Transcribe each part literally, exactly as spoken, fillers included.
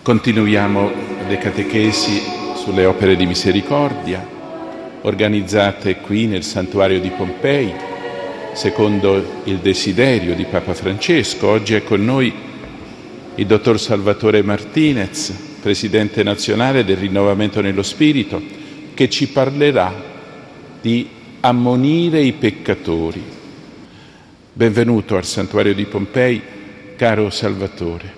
Continuiamo le catechesi sulle opere di misericordia organizzate qui nel Santuario di Pompei secondo il desiderio di Papa Francesco. Oggi è con noi il dottor Salvatore Martinez, presidente nazionale del Rinnovamento nello Spirito, che ci parlerà di ammonire i peccatori. Benvenuto al Santuario di Pompei, caro Salvatore.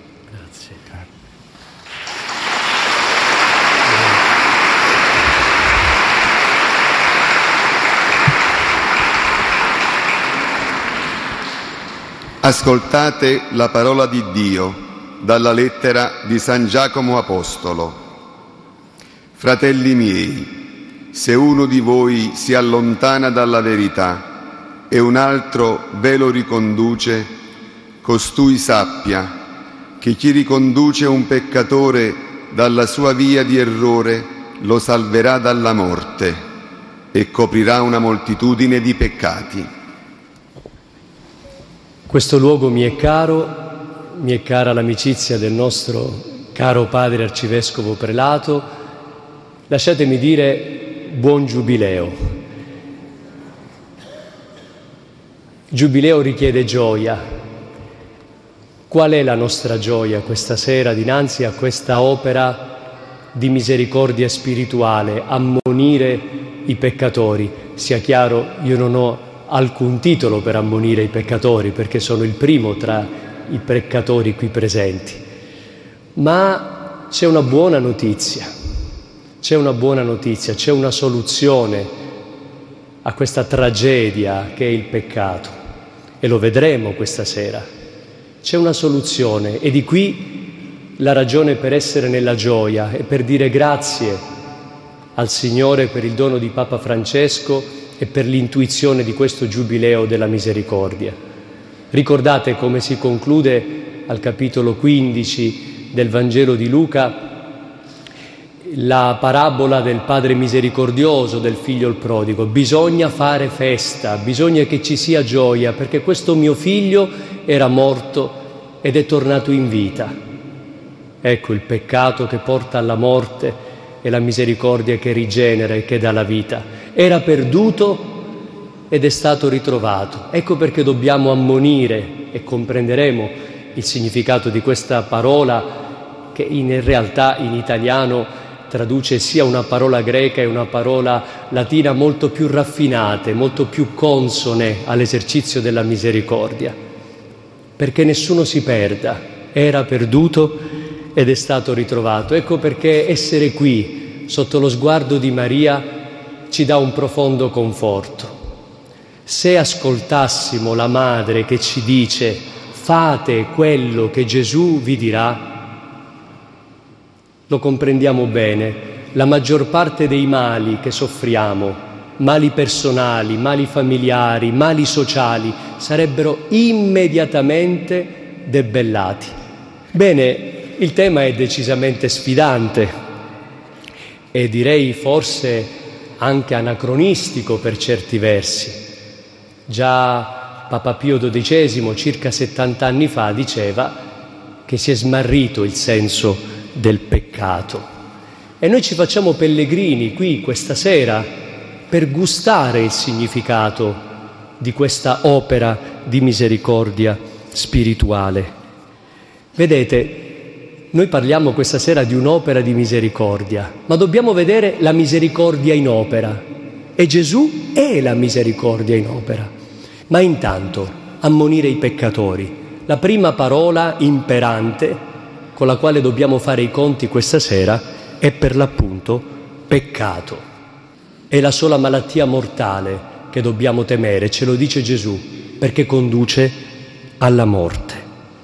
Ascoltate la parola di Dio dalla lettera di San Giacomo Apostolo. Fratelli miei, se uno di voi si allontana dalla verità e un altro ve lo riconduce, costui sappia che chi riconduce un peccatore dalla sua via di errore lo salverà dalla morte e coprirà una moltitudine di peccati. Questo luogo mi è caro, mi è cara l'amicizia del nostro caro padre arcivescovo prelato. Lasciatemi dire buon giubileo. Giubileo richiede gioia. Qual è la nostra gioia questa sera dinanzi a questa opera di misericordia spirituale, ammonire i peccatori? Sia chiaro, io non ho alcun titolo per ammonire i peccatori, perché sono il primo tra i peccatori qui presenti. Ma c'è una buona notizia, c'è una buona notizia, c'è una soluzione a questa tragedia che è il peccato, e lo vedremo questa sera. C'è una soluzione, e di qui la ragione per essere nella gioia e per dire grazie al Signore per il dono di Papa Francesco e per l'intuizione di questo giubileo della misericordia. Ricordate come si conclude al capitolo quindici del Vangelo di Luca la parabola del padre misericordioso, del figlio il prodigo. Bisogna fare festa, bisogna che ci sia gioia, perché questo mio figlio era morto ed è tornato in vita. Ecco il peccato che porta alla morte e la misericordia che rigenera e che dà la vita. Era perduto ed è stato ritrovato. Ecco perché dobbiamo ammonire, e comprenderemo il significato di questa parola, che in realtà in italiano traduce sia una parola greca e una parola latina molto più raffinate, molto più consone all'esercizio della misericordia. Perché nessuno si perda. Era perduto ed è stato ritrovato. Ecco perché essere qui, sotto lo sguardo di Maria, ci dà un profondo conforto. Se ascoltassimo la madre che ci dice fate quello che Gesù vi dirà, lo comprendiamo bene. La maggior parte dei mali che soffriamo, mali personali, mali familiari, mali sociali, sarebbero immediatamente debellati. Bene, il tema è decisamente sfidante e direi forse anche anacronistico per certi versi. Già Papa Pio dodicesimo, circa settanta anni fa, diceva che si è smarrito il senso del peccato. E noi ci facciamo pellegrini qui questa sera per gustare il significato di questa opera di misericordia spirituale. Vedete, noi parliamo questa sera di un'opera di misericordia, ma dobbiamo vedere la misericordia in opera. E Gesù è la misericordia in opera. Ma intanto, ammonire i peccatori. La prima parola imperante con la quale dobbiamo fare i conti questa sera è per l'appunto peccato. È la sola malattia mortale che dobbiamo temere, ce lo dice Gesù, perché conduce alla morte.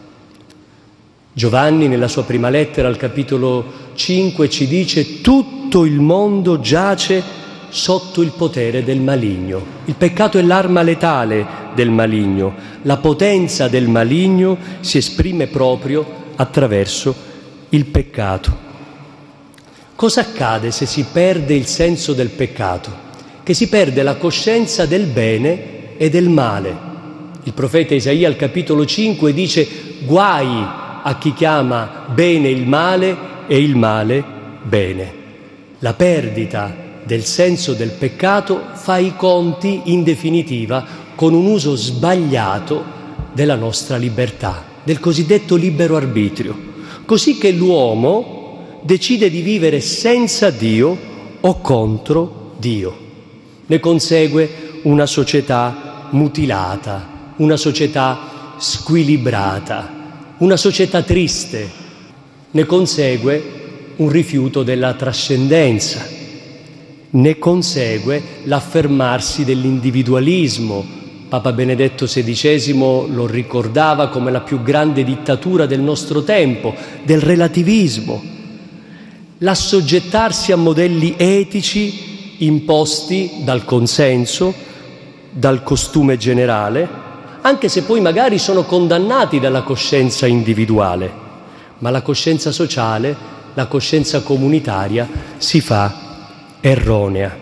Giovanni nella sua prima lettera al capitolo cinque ci dice: tutto il mondo giace sotto il potere del maligno. Il peccato è l'arma letale del maligno. La potenza del maligno si esprime proprio attraverso il peccato. Cosa accade se si perde il senso del peccato? Che si perde la coscienza del bene e del male. Il profeta Isaia al capitolo cinque dice: guai a chi chiama bene il male e il male bene. La perdita del senso del peccato fa i conti, in definitiva, con un uso sbagliato della nostra libertà, del cosiddetto libero arbitrio, così che l'uomo decide di vivere senza Dio o contro Dio. Ne consegue una società mutilata, una società squilibrata, una società triste. Ne consegue un rifiuto della trascendenza. Ne consegue l'affermarsi dell'individualismo. Papa Benedetto sedicesimo lo ricordava come la più grande dittatura del nostro tempo, del relativismo. L'assoggettarsi a modelli etici imposti dal consenso, dal costume generale, anche se poi magari sono condannati dalla coscienza individuale, ma la coscienza sociale, la coscienza comunitaria si fa erronea.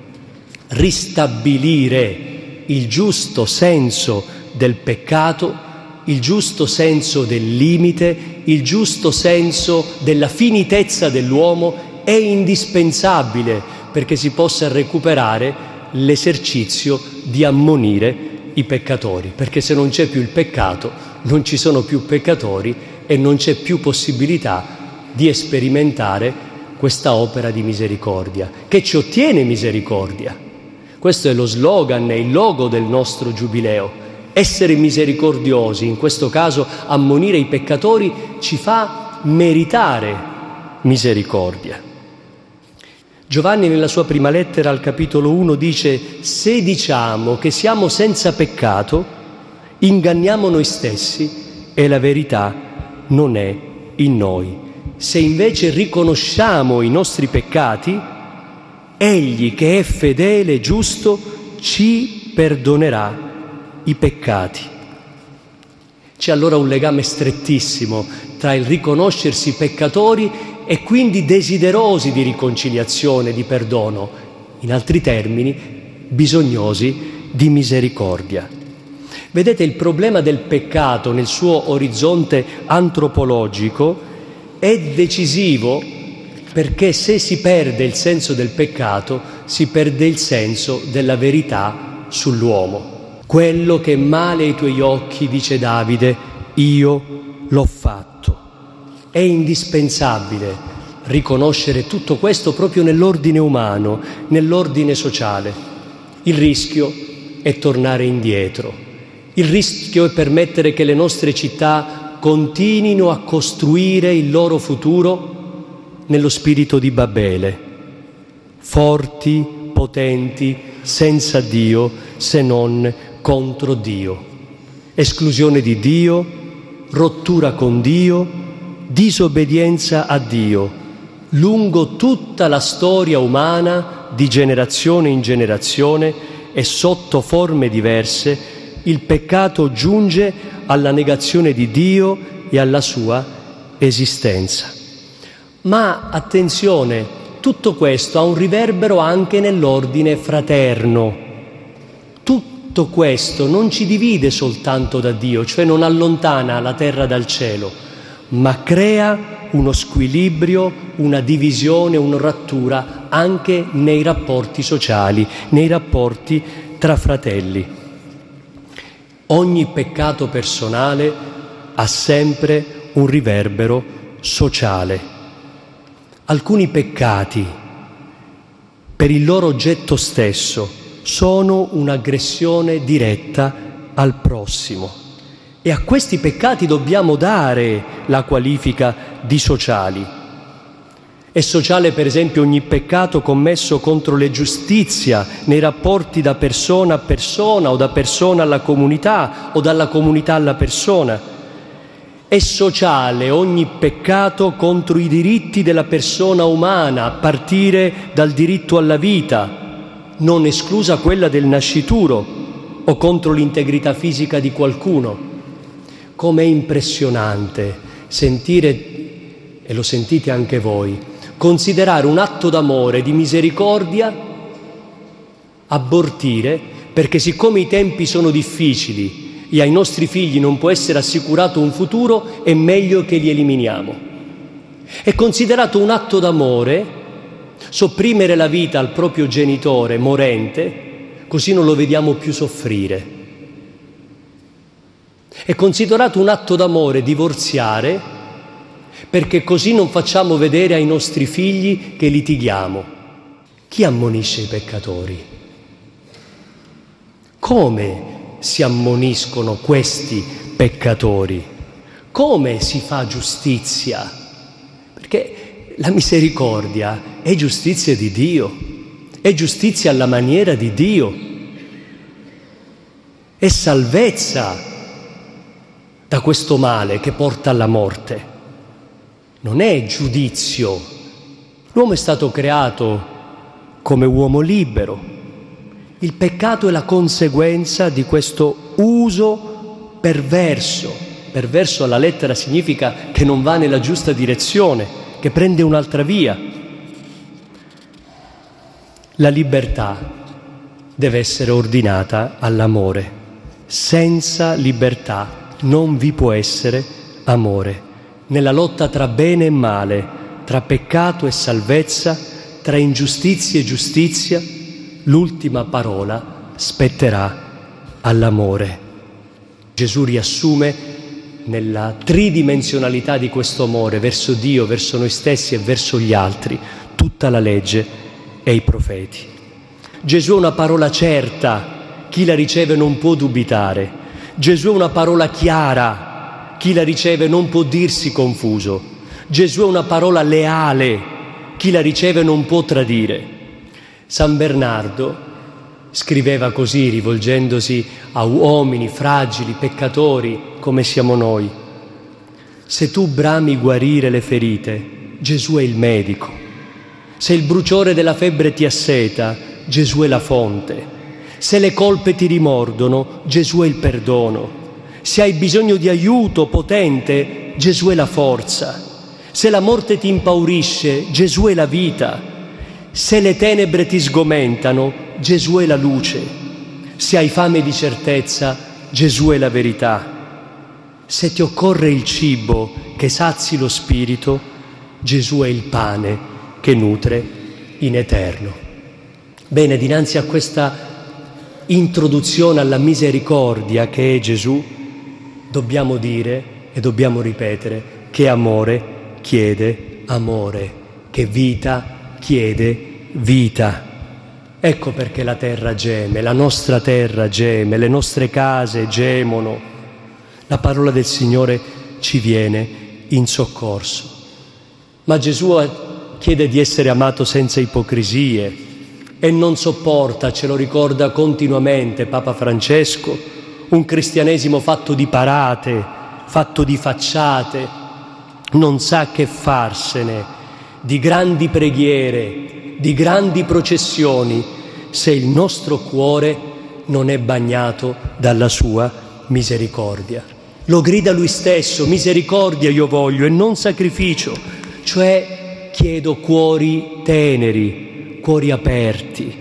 Ristabilire il giusto senso del peccato, il giusto senso del limite, il giusto senso della finitezza dell'uomo è indispensabile perché si possa recuperare l'esercizio di ammonire i peccatori, perché se non c'è più il peccato non ci sono più peccatori e non c'è più possibilità di sperimentare questa opera di misericordia che ci ottiene misericordia. Questo è lo slogan, è il logo del nostro giubileo. Essere misericordiosi, in questo caso ammonire i peccatori, ci fa meritare misericordia. Giovanni nella sua prima lettera al capitolo uno dice: se diciamo che siamo senza peccato, inganniamo noi stessi e la verità non è in noi. Se invece riconosciamo i nostri peccati, Egli che è fedele e giusto ci perdonerà i peccati. C'è allora un legame strettissimo tra il riconoscersi peccatori e quindi desiderosi di riconciliazione, di perdono, in altri termini, bisognosi di misericordia. Vedete, il problema del peccato nel suo orizzonte antropologico è decisivo perché se si perde il senso del peccato, si perde il senso della verità sull'uomo. Quello che è male ai tuoi occhi, dice Davide, io l'ho fatto. È indispensabile riconoscere tutto questo proprio nell'ordine umano, nell'ordine sociale. Il rischio è tornare indietro. Il rischio è permettere che le nostre città continuino a costruire il loro futuro nello spirito di Babele, forti, potenti, senza Dio, se non contro Dio. Esclusione di Dio, rottura con Dio, disobbedienza a Dio. Lungo tutta la storia umana, di generazione in generazione e sotto forme diverse, il peccato giunge alla negazione di Dio e alla sua esistenza. Ma attenzione, tutto questo ha un riverbero anche nell'ordine fraterno. Tutto questo non ci divide soltanto da Dio, cioè non allontana la terra dal cielo, ma crea uno squilibrio, una divisione, una rottura anche nei rapporti sociali, nei rapporti tra fratelli. Ogni peccato personale ha sempre un riverbero sociale. Alcuni peccati, per il loro oggetto stesso, sono un'aggressione diretta al prossimo e a questi peccati dobbiamo dare la qualifica di sociali. È sociale, per esempio, ogni peccato commesso contro le giustizia nei rapporti da persona a persona o da persona alla comunità o dalla comunità alla persona. È sociale ogni peccato contro i diritti della persona umana, a partire dal diritto alla vita, non esclusa quella del nascituro, o contro l'integrità fisica di qualcuno. Com'è impressionante sentire, e lo sentite anche voi, considerare un atto d'amore, di misericordia, abortire, perché siccome i tempi sono difficili e ai nostri figli non può essere assicurato un futuro, è meglio che li eliminiamo. È considerato un atto d'amore sopprimere la vita al proprio genitore morente, così non lo vediamo più soffrire. È considerato un atto d'amore divorziare, perché così non facciamo vedere ai nostri figli che litighiamo. Chi ammonisce i peccatori? Come si ammoniscono questi peccatori? Come si fa giustizia? Perché la misericordia è giustizia di Dio, è giustizia alla maniera di Dio, è salvezza da questo male che porta alla morte. Non è giudizio. L'uomo è stato creato come uomo libero. Il peccato è la conseguenza di questo uso perverso. Perverso alla lettera significa che non va nella giusta direzione, che prende un'altra via. La libertà deve essere ordinata all'amore. Senza libertà non vi può essere amore. Nella lotta tra bene e male, tra peccato e salvezza, tra ingiustizia e giustizia, l'ultima parola spetterà all'amore. Gesù riassume nella tridimensionalità di questo amore verso Dio, verso noi stessi e verso gli altri, tutta la legge e i profeti. Gesù è una parola certa, chi la riceve non può dubitare. Gesù è una parola chiara, chi la riceve non può dirsi confuso. Gesù è una parola leale, chi la riceve non può tradire. San Bernardo scriveva così, rivolgendosi a uomini fragili, peccatori, come siamo noi: se tu brami guarire le ferite, Gesù è il medico. Se il bruciore della febbre ti asseta, Gesù è la fonte. Se le colpe ti rimordono, Gesù è il perdono. Se hai bisogno di aiuto potente, Gesù è la forza. Se la morte ti impaurisce, Gesù è la vita. Se le tenebre ti sgomentano, Gesù è la luce. Se hai fame di certezza, Gesù è la verità. Se ti occorre il cibo che sazi lo spirito, Gesù è il pane che nutre in eterno. Bene, dinanzi a questa introduzione alla misericordia che è Gesù, dobbiamo dire e dobbiamo ripetere che amore chiede amore, che vita chiede vita. Ecco perché la terra geme, la nostra terra geme, le nostre case gemono. La parola del Signore ci viene in soccorso. Ma Gesù chiede di essere amato senza ipocrisie e non sopporta, ce lo ricorda continuamente Papa Francesco, un cristianesimo fatto di parate, fatto di facciate. Non sa che farsene di grandi preghiere, di grandi processioni, se il nostro cuore non è bagnato dalla sua misericordia. Lo grida lui stesso: misericordia io voglio e non sacrificio, cioè chiedo cuori teneri, cuori aperti.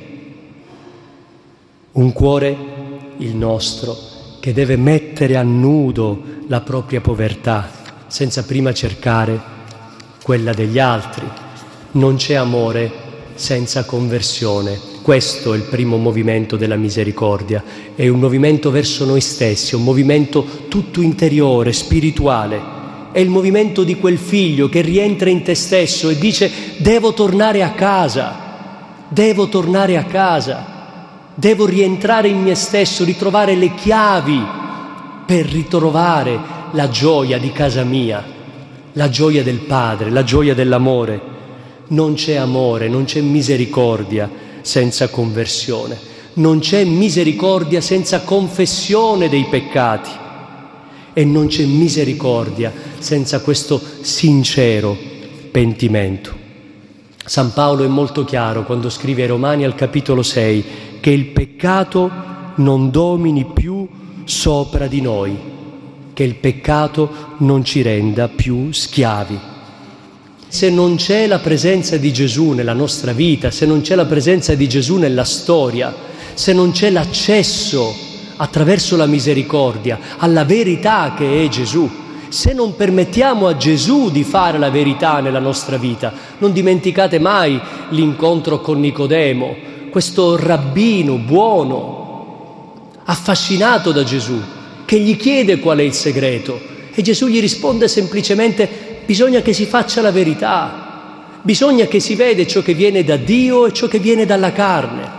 Un cuore, il nostro, che deve mettere a nudo la propria povertà, senza prima cercare quella degli altri. Non c'è amore senza conversione. Questo è il primo movimento della misericordia. È un movimento verso noi stessi, un movimento tutto interiore, spirituale. È il movimento di quel figlio che rientra in te stesso e dice: devo tornare a casa, devo tornare a casa, devo rientrare in me stesso, ritrovare le chiavi per ritrovare la gioia di casa mia, la gioia del Padre, la gioia dell'amore. Non c'è amore, non c'è misericordia senza conversione, non c'è misericordia senza confessione dei peccati e non c'è misericordia senza questo sincero pentimento. San Paolo è molto chiaro quando scrive ai Romani al capitolo sei che il peccato non domini più sopra di noi, che il peccato non ci renda più schiavi. Se non c'è la presenza di Gesù nella nostra vita, se non c'è la presenza di Gesù nella storia, se non c'è l'accesso attraverso la misericordia alla verità che è Gesù, se non permettiamo a Gesù di fare la verità nella nostra vita. Non dimenticate mai l'incontro con Nicodemo, questo rabbino buono, affascinato da Gesù, che gli chiede qual è il segreto e Gesù gli risponde semplicemente: bisogna che si faccia la verità, bisogna che si vede ciò che viene da Dio e ciò che viene dalla carne.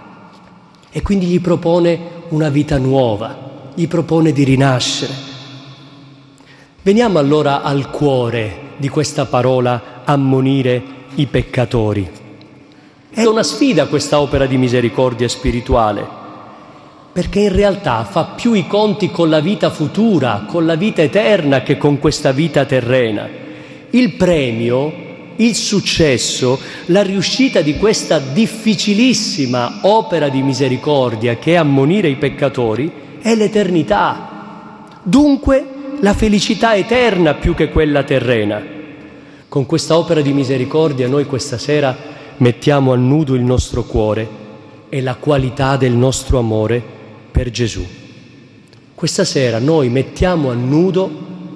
E quindi gli propone una vita nuova, gli propone di rinascere. Veniamo allora al cuore di questa parola: ammonire i peccatori. È una sfida questa opera di misericordia spirituale, perché in realtà fa più i conti con la vita futura, con la vita eterna, che con questa vita terrena. Il premio, il successo, la riuscita di questa difficilissima opera di misericordia che è ammonire i peccatori è l'eternità. Dunque la felicità eterna più che quella terrena. Con questa opera di misericordia noi questa sera mettiamo a nudo il nostro cuore e la qualità del nostro amore per Gesù. Questa sera noi mettiamo a nudo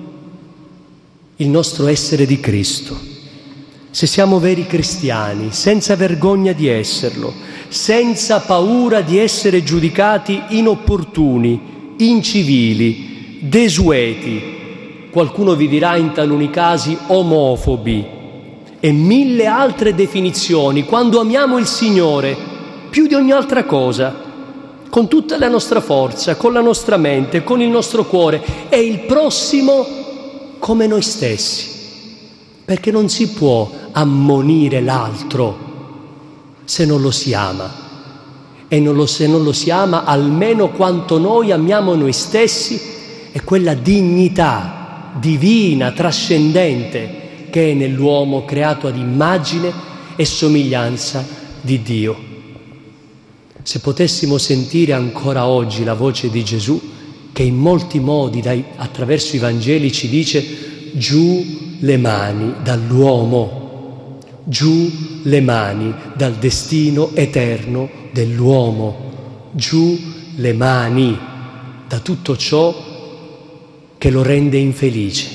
il nostro essere di Cristo. Se siamo veri cristiani, senza vergogna di esserlo, senza paura di essere giudicati inopportuni, incivili, desueti, qualcuno vi dirà in taluni casi omofobi e mille altre definizioni, quando amiamo il Signore più di ogni altra cosa, con tutta la nostra forza, con la nostra mente, con il nostro cuore, e il prossimo come noi stessi. Perché non si può ammonire l'altro se non lo si ama, e non lo, se non lo si ama almeno quanto noi amiamo noi stessi, è quella dignità divina, trascendente, che è nell'uomo creato ad immagine e somiglianza di Dio. Se potessimo sentire ancora oggi la voce di Gesù, che in molti modi dai, attraverso i Vangeli ci dice: giù le mani dall'uomo, giù le mani dal destino eterno dell'uomo, giù le mani da tutto ciò che lo rende infelice,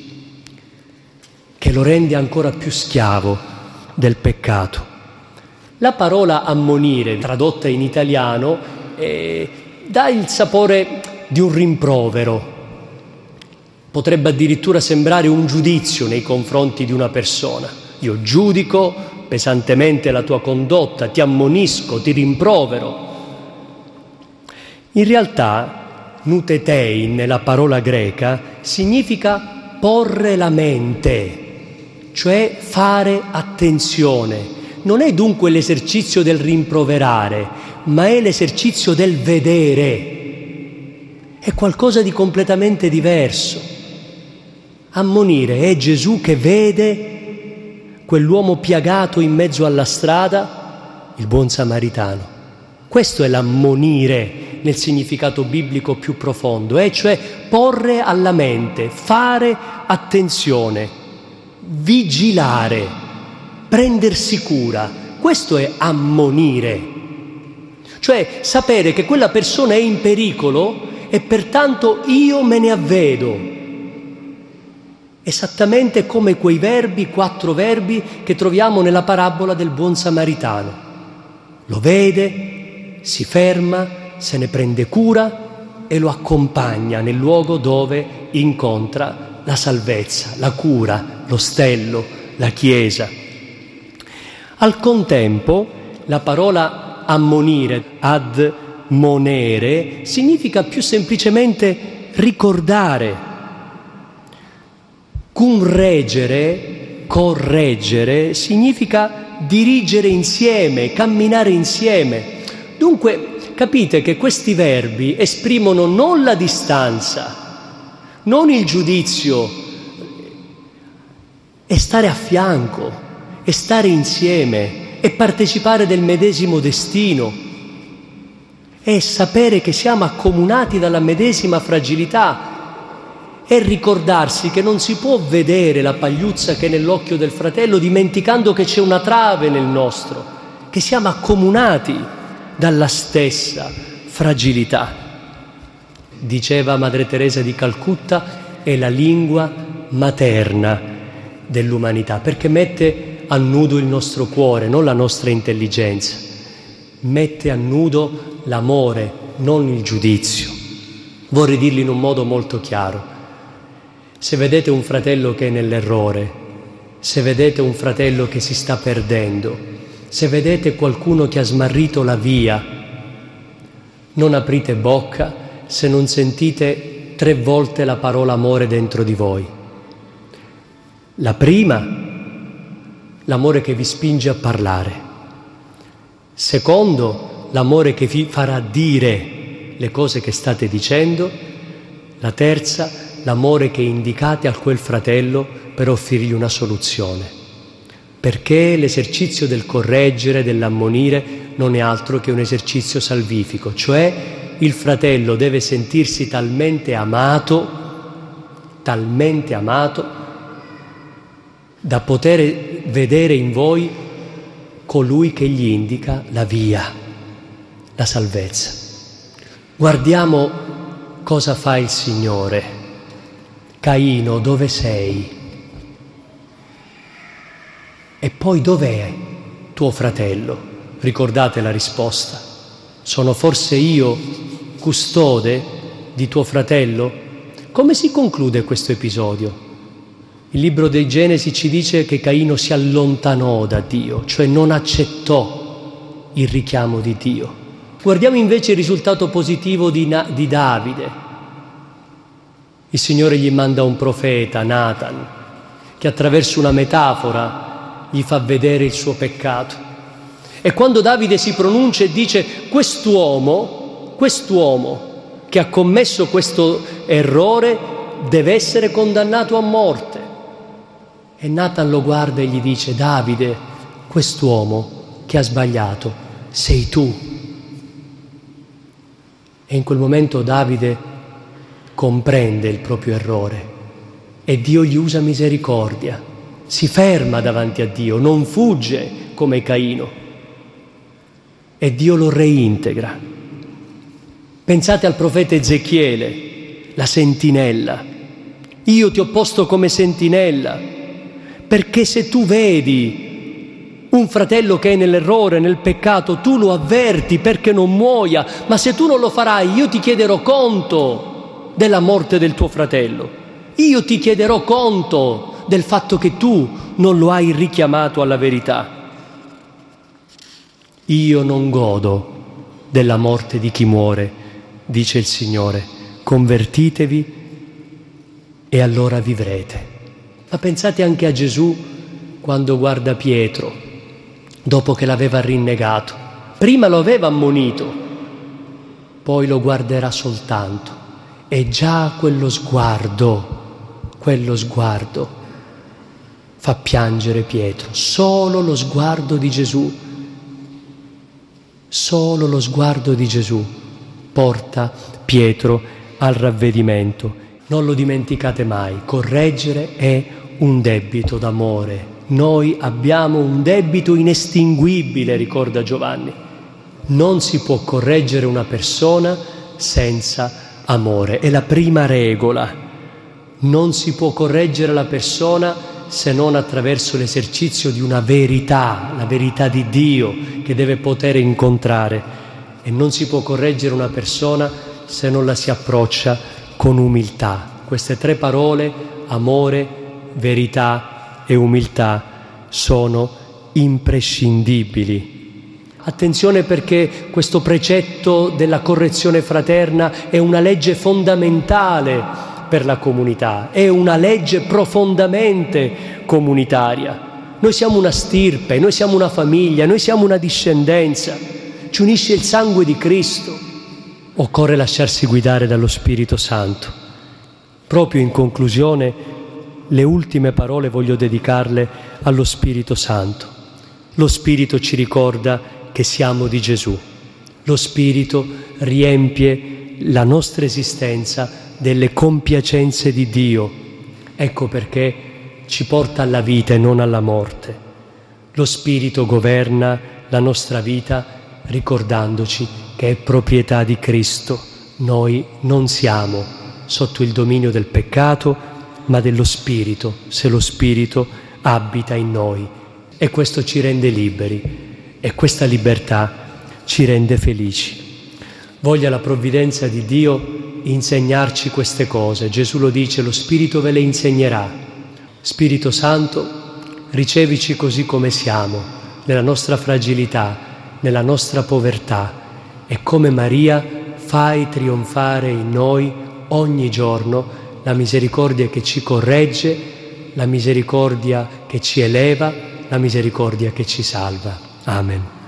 che lo rende ancora più schiavo del peccato. La parola ammonire, tradotta in italiano, eh, dà il sapore di un rimprovero. Potrebbe addirittura sembrare un giudizio nei confronti di una persona. Io giudico pesantemente la tua condotta, ti ammonisco, ti rimprovero. In realtà, nutetein, nella parola greca, significa porre la mente, cioè fare attenzione. Non è dunque l'esercizio del rimproverare, ma è l'esercizio del vedere. È qualcosa di completamente diverso. Ammonire è Gesù che vede quell'uomo piagato in mezzo alla strada, il buon samaritano. Questo è l'ammonire nel significato biblico più profondo, è cioè porre alla mente, fare attenzione, vigilare, prendersi cura. Questo è ammonire, cioè sapere che quella persona è in pericolo e pertanto io me ne avvedo. Esattamente come quei verbi, quattro verbi che troviamo nella parabola del buon samaritano. Lo vede, si ferma, se ne prende cura e lo accompagna nel luogo dove incontra la salvezza, la cura, l'ostello, la chiesa. Al contempo, la parola ammonire, admonere, significa più semplicemente ricordare. Cumreggere, correggere, significa dirigere insieme, camminare insieme. Dunque, capite che questi verbi esprimono non la distanza, non il giudizio, è stare a fianco, è stare insieme, è partecipare del medesimo destino, è sapere che siamo accomunati dalla medesima fragilità. È ricordarsi che non si può vedere la pagliuzza che è nell'occhio del fratello dimenticando che c'è una trave nel nostro, che siamo accomunati dalla stessa fragilità. Diceva Madre Teresa di Calcutta: è la lingua materna dell'umanità, perché mette a nudo il nostro cuore, non la nostra intelligenza, mette a nudo l'amore, non il giudizio. Vorrei dirlo in un modo molto chiaro: se vedete un fratello che è nell'errore, se vedete un fratello che si sta perdendo, se vedete qualcuno che ha smarrito la via, non aprite bocca se non sentite tre volte la parola amore dentro di voi. La prima, l'amore che vi spinge a parlare. Secondo, l'amore che vi farà dire le cose che state dicendo. La terza, l'amore che indicate a quel fratello per offrirgli una soluzione. Perché l'esercizio del correggere, dell'ammonire, non è altro che un esercizio salvifico, cioè il fratello deve sentirsi talmente amato, talmente amato, da poter vedere in voi colui che gli indica la via, la salvezza. Guardiamo cosa fa il Signore. Caino, dove sei? E poi dov'è tuo fratello? Ricordate la risposta. Sono forse io custode di tuo fratello? Come si conclude questo episodio? Il libro dei Genesi ci dice che Caino si allontanò da Dio, cioè non accettò il richiamo di Dio. Guardiamo invece il risultato positivo di, Na- di Davide. Il Signore gli manda un profeta, Natan, che attraverso una metafora gli fa vedere il suo peccato. E quando Davide si pronuncia e dice quest'uomo, quest'uomo che ha commesso questo errore deve essere condannato a morte. E Natan lo guarda e gli dice: Davide, quest'uomo che ha sbagliato sei tu. E in quel momento Davide comprende il proprio errore e Dio gli usa misericordia. Si ferma davanti a Dio, non fugge come Caino, e Dio lo reintegra. Pensate al profeta Ezechiele, la sentinella. Io ti ho posto come sentinella, perché se tu vedi un fratello che è nell'errore, nel peccato, tu lo avverti perché non muoia, ma se tu non lo farai, io ti chiederò conto della morte del tuo fratello. Io ti chiederò conto del fatto che tu non lo hai richiamato alla verità. Io non godo della morte di chi muore, dice il Signore. Convertitevi e allora vivrete. Ma pensate anche a Gesù quando guarda Pietro, dopo che l'aveva rinnegato. Prima lo aveva ammonito, poi lo guarderà soltanto. E già quello sguardo, quello sguardo fa piangere Pietro. Solo lo sguardo di Gesù, solo lo sguardo di Gesù porta Pietro al ravvedimento. Non lo dimenticate mai, correggere è un debito d'amore. Noi abbiamo un debito inestinguibile, ricorda Giovanni. Non si può correggere una persona senza amore. È la prima regola. Non si può correggere la persona se non attraverso l'esercizio di una verità, la verità di Dio che deve poter incontrare. E non si può correggere una persona se non la si approccia con umiltà. Queste tre parole, amore, verità e umiltà, sono imprescindibili. Attenzione, perché questo precetto della correzione fraterna è una legge fondamentale per la comunità, è una legge profondamente comunitaria. Noi siamo una stirpe, noi siamo una famiglia, noi siamo una discendenza, ci unisce il sangue di Cristo. Occorre lasciarsi guidare dallo Spirito Santo. Proprio in conclusione, le ultime parole voglio dedicarle allo Spirito Santo. Lo Spirito ci ricorda che siamo di Gesù. Lo Spirito riempie la nostra esistenza delle compiacenze di Dio. Ecco perché ci porta alla vita e non alla morte. Lo Spirito governa la nostra vita ricordandoci che è proprietà di Cristo. Noi non siamo sotto il dominio del peccato, ma dello Spirito, se lo Spirito abita in noi. E questo ci rende liberi e questa libertà ci rende felici. Voglia la provvidenza di Dio insegnarci queste cose. Gesù lo dice, lo Spirito ve le insegnerà. Spirito Santo, ricevici così come siamo, nella nostra fragilità, nella nostra povertà, e come Maria fai trionfare in noi ogni giorno la misericordia che ci corregge, la misericordia che ci eleva, la misericordia che ci salva. Amen.